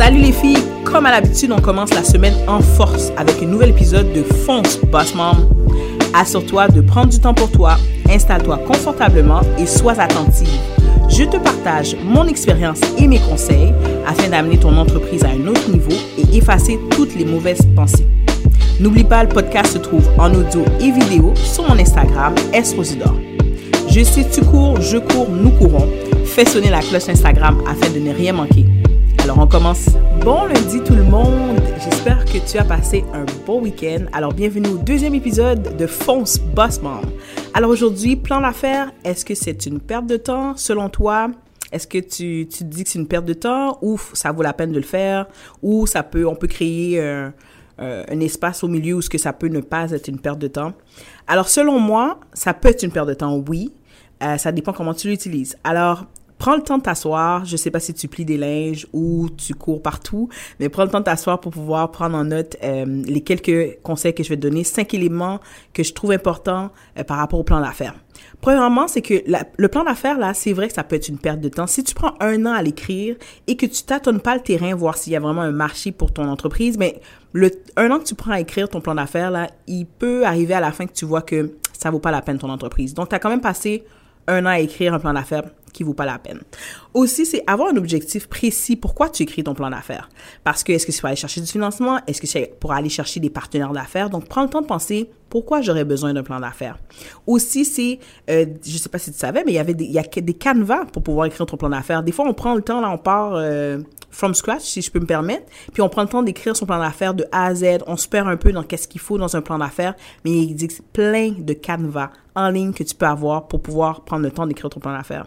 Salut les filles, comme à l'habitude, on commence la semaine en force avec un nouvel épisode de Fonce Boss Mom. Assure-toi de prendre du temps pour toi, installe-toi confortablement et sois attentive. Je te partage mon expérience et mes conseils afin d'amener ton entreprise à un autre niveau et effacer toutes les mauvaises pensées. N'oublie pas, le podcast se trouve en audio et vidéo sur mon Instagram, @srosidor. Je sais, tu cours, je cours, nous courons. Fais sonner la cloche Instagram afin de ne rien manquer. Alors, on commence. Bon lundi tout le monde. J'espère que tu as passé un bon week-end. Alors, bienvenue au deuxième épisode de Fonce Boss Mom. Alors aujourd'hui, plan d'affaires, est-ce que c'est une perte de temps selon toi? Est-ce que tu te dis que c'est une perte de temps ou ça vaut la peine de le faire? Ou on peut créer un espace au milieu où ce que ça peut ne pas être une perte de temps? Alors, selon moi, ça peut être une perte de temps, oui. Ça dépend comment tu l'utilises. Alors, prends le temps de t'asseoir. Je sais pas si tu plies des linges ou tu cours partout, mais prends le temps de t'asseoir pour pouvoir prendre en note les quelques conseils que je vais te donner, 5 éléments que je trouve importants par rapport au plan d'affaires. Premièrement, c'est que le plan d'affaires, là, c'est vrai que ça peut être une perte de temps. Si tu prends 1 an à l'écrire et que tu tâtonnes pas le terrain, voir s'il y a vraiment un marché pour ton entreprise, mais 1 an que tu prends à écrire ton plan d'affaires, là, il peut arriver à la fin que tu vois que ça vaut pas la peine ton entreprise. Donc, tu as quand même passé 1 an à écrire un plan d'affaires qui vaut pas la peine. Aussi, c'est avoir un objectif précis. Pourquoi tu écris ton plan d'affaires? Parce que est-ce que c'est pour aller chercher du financement? Est-ce que c'est pour aller chercher des partenaires d'affaires? Donc, prends le temps de penser pourquoi j'aurais besoin d'un plan d'affaires. Aussi, c'est, je sais pas si tu savais, mais il y a des canevas pour pouvoir écrire ton plan d'affaires. Des fois, on prend le temps, là, on part from scratch, si je peux me permettre, puis on prend le temps d'écrire son plan d'affaires de A à Z. On se perd un peu dans qu'est-ce qu'il faut dans un plan d'affaires, mais il existe plein de canevas en ligne que tu peux avoir pour pouvoir prendre le temps d'écrire ton plan d'affaires.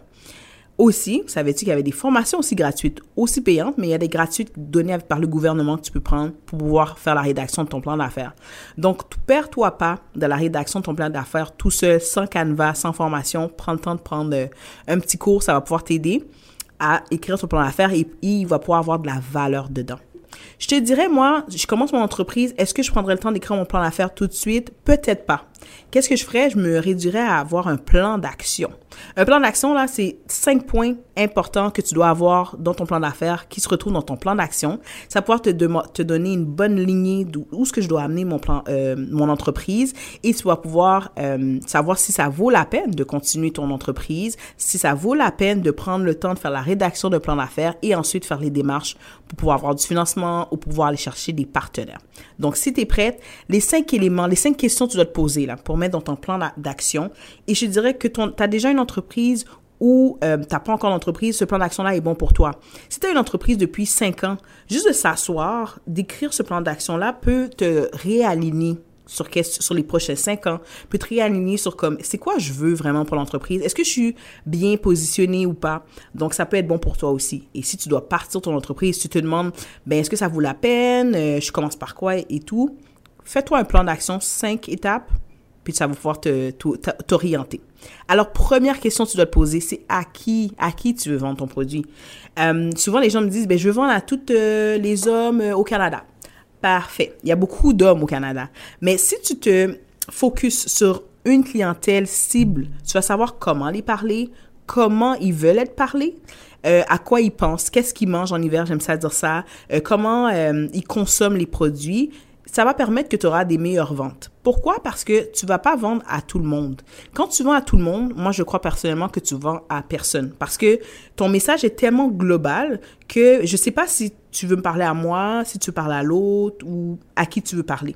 Aussi, savais-tu qu'il y avait des formations aussi gratuites, aussi payantes, mais il y a des gratuites données par le gouvernement que tu peux prendre pour pouvoir faire la rédaction de ton plan d'affaires. Donc, perds-toi pas de la rédaction de ton plan d'affaires tout seul, sans canevas, sans formation. Prends le temps de prendre un petit cours, ça va pouvoir t'aider à écrire ton plan d'affaires et il va pouvoir avoir de la valeur dedans. Je te dirais, moi, je commence mon entreprise, est-ce que je prendrais le temps d'écrire mon plan d'affaires tout de suite? Peut-être pas. Qu'est-ce que je ferais? Je me réduirais à avoir un plan d'action. Un plan d'action, là, c'est 5 points importants que tu dois avoir dans ton plan d'affaires qui se retrouvent dans ton plan d'action. Ça va pouvoir te donner une bonne lignée d'où est-ce que je dois amener mon entreprise et tu vas pouvoir savoir si ça vaut la peine de continuer ton entreprise, si ça vaut la peine de prendre le temps de faire la rédaction de plan d'affaires et ensuite faire les démarches pour pouvoir avoir du financement ou pouvoir aller chercher des partenaires. Donc, si tu es prête, les 5 éléments, les 5 questions que tu dois te poser là pour mettre dans ton plan d'action. Et je dirais que tu as déjà une entreprise ou tu n'as pas encore d'entreprise, ce plan d'action-là est bon pour toi. Si tu as une entreprise depuis 5 ans, juste de s'asseoir, d'écrire ce plan d'action-là peut te réaligner sur les prochains 5 ans, peut te réaligner sur c'est quoi je veux vraiment pour l'entreprise? Est-ce que je suis bien positionnée ou pas? Donc, ça peut être bon pour toi aussi. Et si tu dois partir ton entreprise, tu te demandes, est-ce que ça vaut la peine? Je commence par quoi et tout? Fais-toi un plan d'action, 5 étapes, puis ça va pouvoir t'orienter. Alors, première question que tu dois te poser, c'est à qui tu veux vendre ton produit? Souvent, les gens me disent, je veux vendre à tous les hommes au Canada. Parfait. Il y a beaucoup d'hommes au Canada. Mais si tu te focuses sur une clientèle cible, tu vas savoir comment les parler, comment ils veulent être parlés, à quoi ils pensent, qu'est-ce qu'ils mangent en hiver, j'aime ça dire ça, comment ils consomment les produits. Ça va permettre que tu auras des meilleures ventes. Pourquoi? Parce que tu vas pas vendre à tout le monde. Quand tu vends à tout le monde, moi, je crois personnellement que tu vends à personne. Parce que ton message est tellement global que je sais pas si tu veux me parler à moi, si tu veux parler à l'autre ou à qui tu veux parler.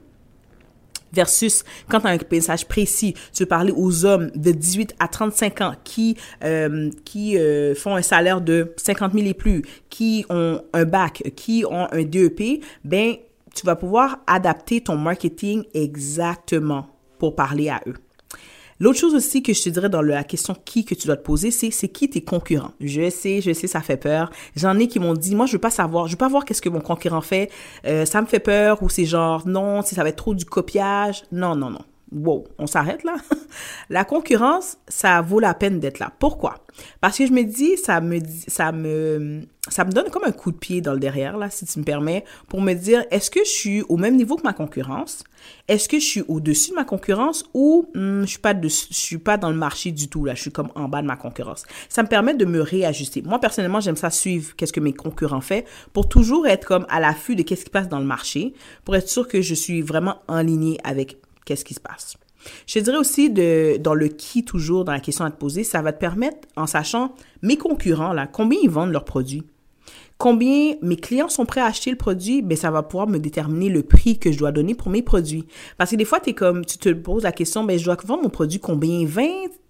Versus quand tu as un message précis, tu veux parler aux hommes de 18 à 35 ans qui font un salaire de 50 000 et plus, qui ont un bac, qui ont un DEP, tu vas pouvoir adapter ton marketing exactement pour parler à eux. L'autre chose aussi que je te dirais dans la question qui que tu dois te poser, c'est qui tes concurrents. Je sais, ça fait peur. J'en ai qui m'ont dit, moi, je veux pas voir qu'est-ce que mon concurrent fait. Ça me fait peur ou c'est genre, non, ça va être trop du copiage. Non. wow, on s'arrête là. La concurrence, ça vaut la peine d'être là. Pourquoi? Parce que je me dis, ça me donne comme un coup de pied dans le derrière, là, si tu me permets, pour me dire, est-ce que je suis au même niveau que ma concurrence? Est-ce que je suis au-dessus de ma concurrence ou je suis pas dans le marché du tout, là, je suis comme en bas de ma concurrence. Ça me permet de me réajuster. Moi, personnellement, j'aime ça suivre qu'est-ce que mes concurrents font pour toujours être comme à l'affût de qu'est-ce qui passe dans le marché, pour être sûr que je suis vraiment en ligne avec qu'est-ce qui se passe. Je te dirais aussi dans le qui toujours, dans la question à te poser, ça va te permettre, en sachant mes concurrents, là, combien ils vendent leurs produits. Combien mes clients sont prêts à acheter le produit, ben ça va pouvoir me déterminer le prix que je dois donner pour mes produits. Parce que des fois, tu te poses la question, ben je dois vendre mon produit combien? 20,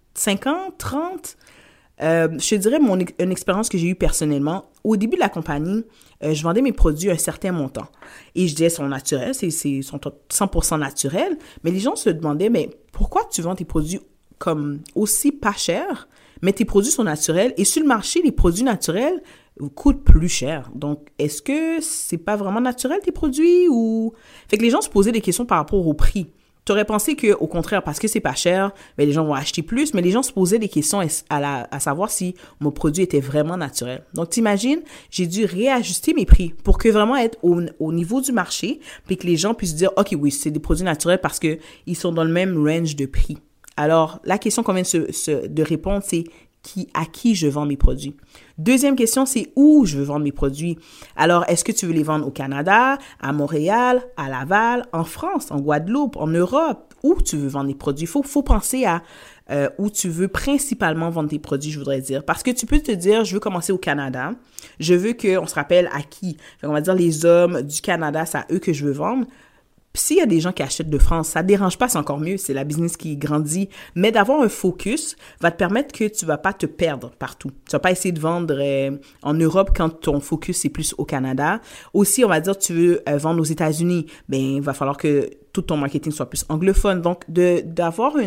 50, 30? Je te dirais une expérience que j'ai eue personnellement. Au début de la compagnie, je vendais mes produits à un certain montant. Et je disais, ils sont naturels, ils sont 100% naturels. Mais les gens se demandaient, mais pourquoi tu vends tes produits comme aussi pas cher, mais tes produits sont naturels et sur le marché, les produits naturels coûtent plus cher. Donc, est-ce que c'est pas vraiment naturel tes produits ou... Fait que les gens se posaient des questions par rapport au prix. Tu aurais pensé que, au contraire, parce que c'est pas cher, ben les gens vont acheter plus, mais les gens se posaient des questions à savoir si mon produit était vraiment naturel. Donc, t'imagines, j'ai dû réajuster mes prix pour que vraiment être au niveau du marché, puis que les gens puissent dire, OK, oui, c'est des produits naturels parce que ils sont dans le même range de prix. Alors, la question qu'on vient de répondre, c'est à qui je vends mes produits. Deuxième question, c'est où je veux vendre mes produits. Alors, est-ce que tu veux les vendre au Canada, à Montréal, à Laval, en France, en Guadeloupe, en Europe? Où tu veux vendre les produits? Faut penser à où tu veux principalement vendre tes produits, je voudrais dire. Parce que tu peux te dire, je veux commencer au Canada. Je veux qu'on se rappelle à qui. On va dire les hommes du Canada, c'est à eux que je veux vendre. S'il y a des gens qui achètent de France, ça ne dérange pas, c'est encore mieux, c'est la business qui grandit. Mais d'avoir un focus va te permettre que tu ne vas pas te perdre partout. Tu ne vas pas essayer de vendre en Europe quand ton focus est plus au Canada. Aussi, on va dire, tu veux vendre aux États-Unis, ben il va falloir que tout ton marketing soit plus anglophone. Donc, d'avoir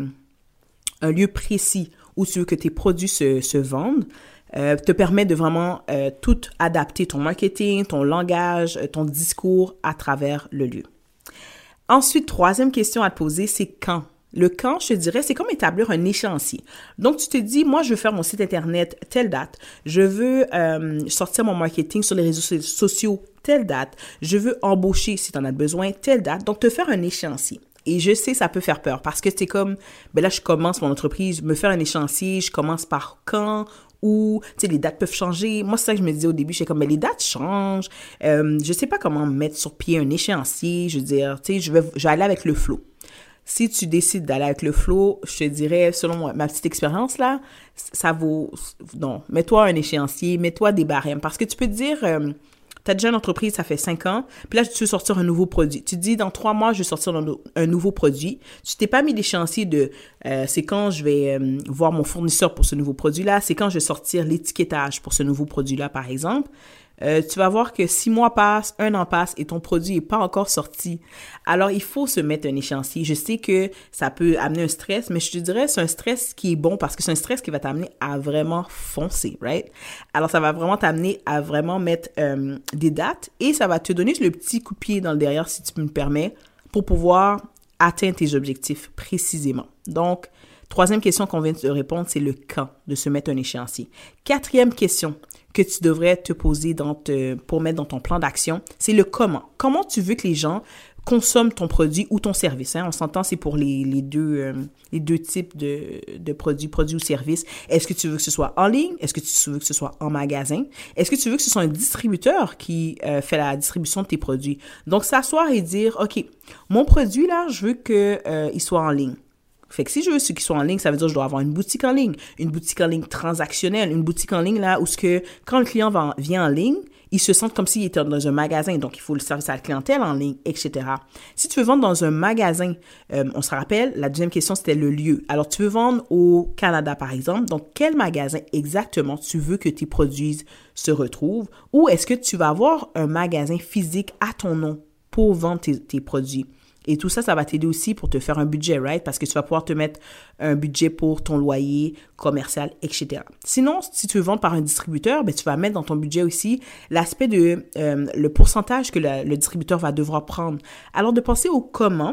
un lieu précis où tu veux que tes produits se vendent, te permet de vraiment tout adapter ton marketing, ton langage, ton discours à travers le lieu. Ensuite, troisième question à te poser, c'est quand? Le quand, je te dirais, c'est comme établir un échéancier. Donc, tu te dis, moi, je veux faire mon site Internet telle date. Je veux sortir mon marketing sur les réseaux sociaux telle date. Je veux embaucher, si tu en as besoin, telle date. Donc, te faire un échéancier. Et je sais, ça peut faire peur parce que c'est comme, ben là, je commence mon entreprise, me faire un échéancier, je commence par quand, où, tu sais, les dates peuvent changer. Moi, c'est ça que je me disais au début, j'étais comme, mais les dates changent. Je sais pas comment mettre sur pied un échéancier. Je veux dire, tu sais, je vais aller avec le flow. Si tu décides d'aller avec le flow, je te dirais, selon ma petite expérience, là, ça vaut, non, mets-toi un échéancier, mets-toi des barèmes. Parce que tu peux te dire, tu as déjà une entreprise, ça fait 5 ans, puis là, tu veux sortir un nouveau produit. Tu te dis, dans 3 mois, je vais sortir un nouveau produit. Tu t'es pas mis l'échéancier de, c'est quand je vais voir mon fournisseur pour ce nouveau produit-là, c'est quand je vais sortir l'étiquetage pour ce nouveau produit-là, par exemple. Tu vas voir que 6 mois passent, 1 an passe et ton produit n'est pas encore sorti. Alors, il faut se mettre un échéancier. Je sais que ça peut amener un stress, mais je te dirais c'est un stress qui est bon parce que c'est un stress qui va t'amener à vraiment foncer, right? Alors, ça va vraiment t'amener à vraiment mettre des dates et ça va te donner le petit coup de pied dans le derrière, si tu me permets, pour pouvoir atteindre tes objectifs précisément. Donc, troisième question qu'on vient de répondre, c'est le quand de se mettre un échéancier. Quatrième question que tu devrais te poser pour mettre dans ton plan d'action, c'est le comment. Comment tu veux que les gens consomment ton produit ou ton service. Hein? On s'entend, c'est pour les deux types de produits ou services. Est-ce que tu veux que ce soit en ligne? Est-ce que tu veux que ce soit en magasin? Est-ce que tu veux que ce soit un distributeur qui fait la distribution de tes produits? Donc, s'asseoir et dire, OK, mon produit, là, je veux qu'il soit en ligne. Fait que si je veux ceux qui sont en ligne, ça veut dire que je dois avoir une boutique en ligne transactionnelle, une boutique en ligne là où quand le client vient en ligne, il se sent comme s'il était dans un magasin. Donc, il faut le service à la clientèle en ligne, etc. Si tu veux vendre dans un magasin, on se rappelle, la deuxième question, c'était le lieu. Alors, tu veux vendre au Canada, par exemple. Donc, quel magasin exactement tu veux que tes produits se retrouvent? Ou est-ce que tu vas avoir un magasin physique à ton nom pour vendre tes produits? Et tout ça, ça va t'aider aussi pour te faire un budget, right? Parce que tu vas pouvoir te mettre un budget pour ton loyer commercial, etc. Sinon, si tu veux vendre par un distributeur, ben, tu vas mettre dans ton budget aussi l'aspect de le pourcentage que le distributeur va devoir prendre. Alors, de penser au comment,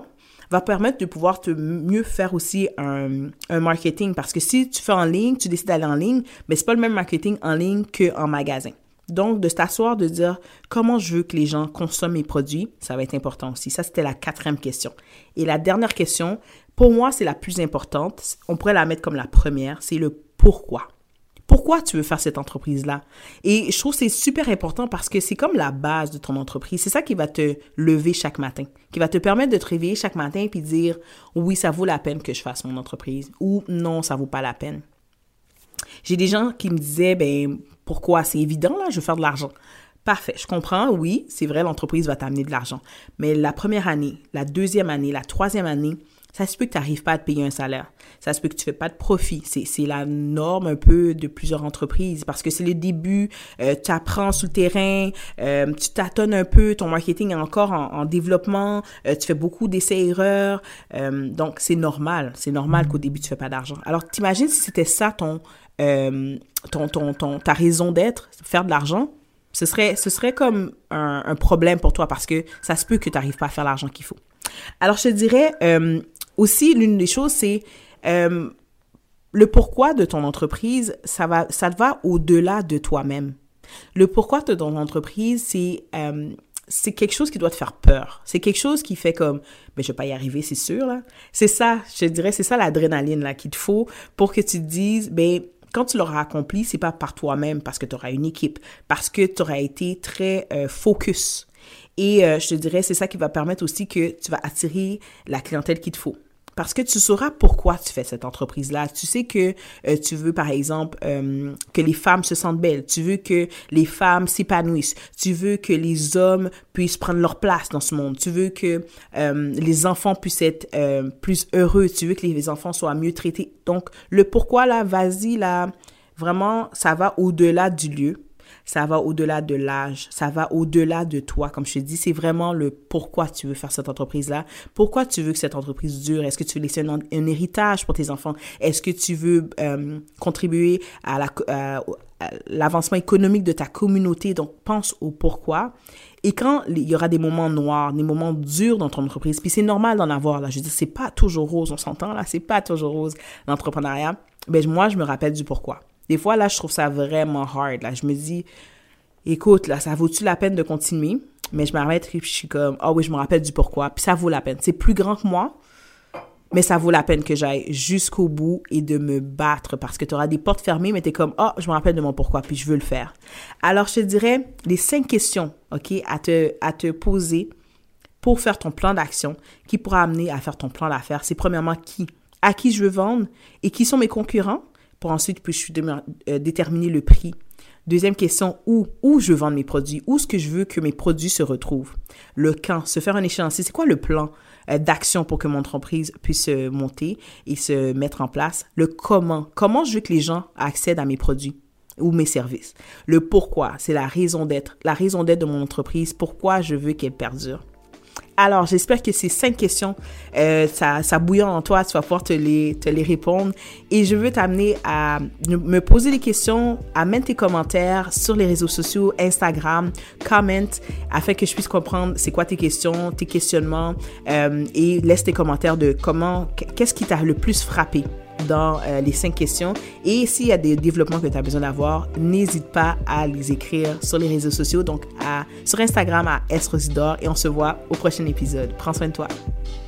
va permettre de pouvoir te mieux faire aussi un marketing. Parce que si tu fais en ligne, tu décides d'aller en ligne, mais c'est pas le même marketing en ligne qu'en magasin. Donc, de t'asseoir, de dire comment je veux que les gens consomment mes produits, ça va être important aussi. Ça, c'était la 4e question. Et la dernière question, pour moi, c'est la plus importante. On pourrait la mettre comme la première, c'est le pourquoi. Pourquoi tu veux faire cette entreprise-là? Et je trouve que c'est super important parce que c'est comme la base de ton entreprise. C'est ça qui va te lever chaque matin, qui va te permettre de te réveiller chaque matin et dire « Oui, ça vaut la peine que je fasse mon entreprise » ou « Non, ça vaut pas la peine ». J'ai des gens qui me disaient « Pourquoi? C'est évident, là, je veux faire de l'argent. » Parfait, je comprends, oui, c'est vrai, l'entreprise va t'amener de l'argent. Mais la première année, la deuxième année, la troisième année, ça se peut que tu n'arrives pas à te payer un salaire. Ça se peut que tu ne fais pas de profit. C'est la norme un peu de plusieurs entreprises parce que c'est le début, tu apprends sur le terrain, tu tâtonnes un peu, ton marketing est encore en développement, tu fais beaucoup d'essais-erreurs. Donc, c'est normal. C'est normal qu'au début, tu ne fais pas d'argent. Alors, t'imagines si c'était ça ta raison d'être, faire de l'argent, ce serait comme un problème pour toi parce que ça se peut que tu n'arrives pas à faire l'argent qu'il faut. Alors, je te dirais... aussi, l'une des choses, c'est le pourquoi de ton entreprise, ça va au-delà de toi-même. Le pourquoi de ton entreprise, c'est quelque chose qui doit te faire peur. C'est quelque chose qui fait comme, mais je vais pas y arriver, c'est sûr, là. C'est ça, je te dirais, c'est ça l'adrénaline, là, qu'il te faut pour que tu te dises, quand tu l'auras accompli, c'est pas par toi-même, parce que tu auras une équipe, parce que tu auras été très focus. Et je te dirais, c'est ça qui va permettre aussi que tu vas attirer la clientèle qu'il te faut. Parce que tu sauras pourquoi tu fais cette entreprise-là. Tu sais que tu veux, par exemple, que les femmes se sentent belles. Tu veux que les femmes s'épanouissent. Tu veux que les hommes puissent prendre leur place dans ce monde. Tu veux que les enfants puissent être plus heureux. Tu veux que les enfants soient mieux traités. Donc, le pourquoi, là, vas-y, là, vraiment, ça va au-delà du lieu. Ça va au-delà de l'âge, ça va au-delà de toi. Comme je te dis, c'est vraiment le pourquoi tu veux faire cette entreprise-là. Pourquoi tu veux que cette entreprise dure? Est-ce que tu veux laisser un héritage pour tes enfants? Est-ce que tu veux contribuer à l'avancement économique de ta communauté? Donc, pense au pourquoi. Et quand il y aura des moments noirs, des moments durs dans ton entreprise, puis c'est normal d'en avoir, là. Je veux dire, c'est pas toujours rose, on s'entend, là. C'est pas toujours rose, l'entrepreneuriat. Moi, je me rappelle du pourquoi. Des fois, là, je trouve ça vraiment hard. Là, je me dis, écoute, là, ça vaut-tu la peine de continuer? Mais je m'arrête et je suis comme, oui, je me rappelle du pourquoi. Puis ça vaut la peine. C'est plus grand que moi, mais ça vaut la peine que j'aille jusqu'au bout et de me battre parce que tu auras des portes fermées, mais tu es comme, je me rappelle de mon pourquoi, puis je veux le faire. Alors, je te dirais les 5 questions, OK, à te poser pour faire ton plan d'action qui pourra amener à faire ton plan d'affaires. C'est premièrement à qui je veux vendre et qui sont mes concurrents. Pour ensuite, puis déterminer le prix. Deuxième question, où je veux vendre mes produits? Où est-ce que je veux que mes produits se retrouvent? Le quand, se faire un échéancier. C'est quoi le plan d'action pour que mon entreprise puisse monter et se mettre en place? Le comment. Comment je veux que les gens accèdent à mes produits ou mes services? Le pourquoi, c'est la raison d'être. La raison d'être de mon entreprise. Pourquoi je veux qu'elle perdure? Alors, j'espère que ces 5 questions, ça bouillonne en toi, tu vas pouvoir te les répondre. Et je veux t'amener à me poser des questions, amène tes commentaires sur les réseaux sociaux, Instagram, comment, afin que je puisse comprendre c'est quoi tes questions, tes questionnements, et laisse tes commentaires de qu'est-ce qui t'a le plus frappé dans les 5 questions. Et s'il y a des développements que tu as besoin d'avoir, n'hésite pas à les écrire sur les réseaux sociaux, donc sur Instagram à @srosidor, et on se voit au prochain épisode. Prends soin de toi.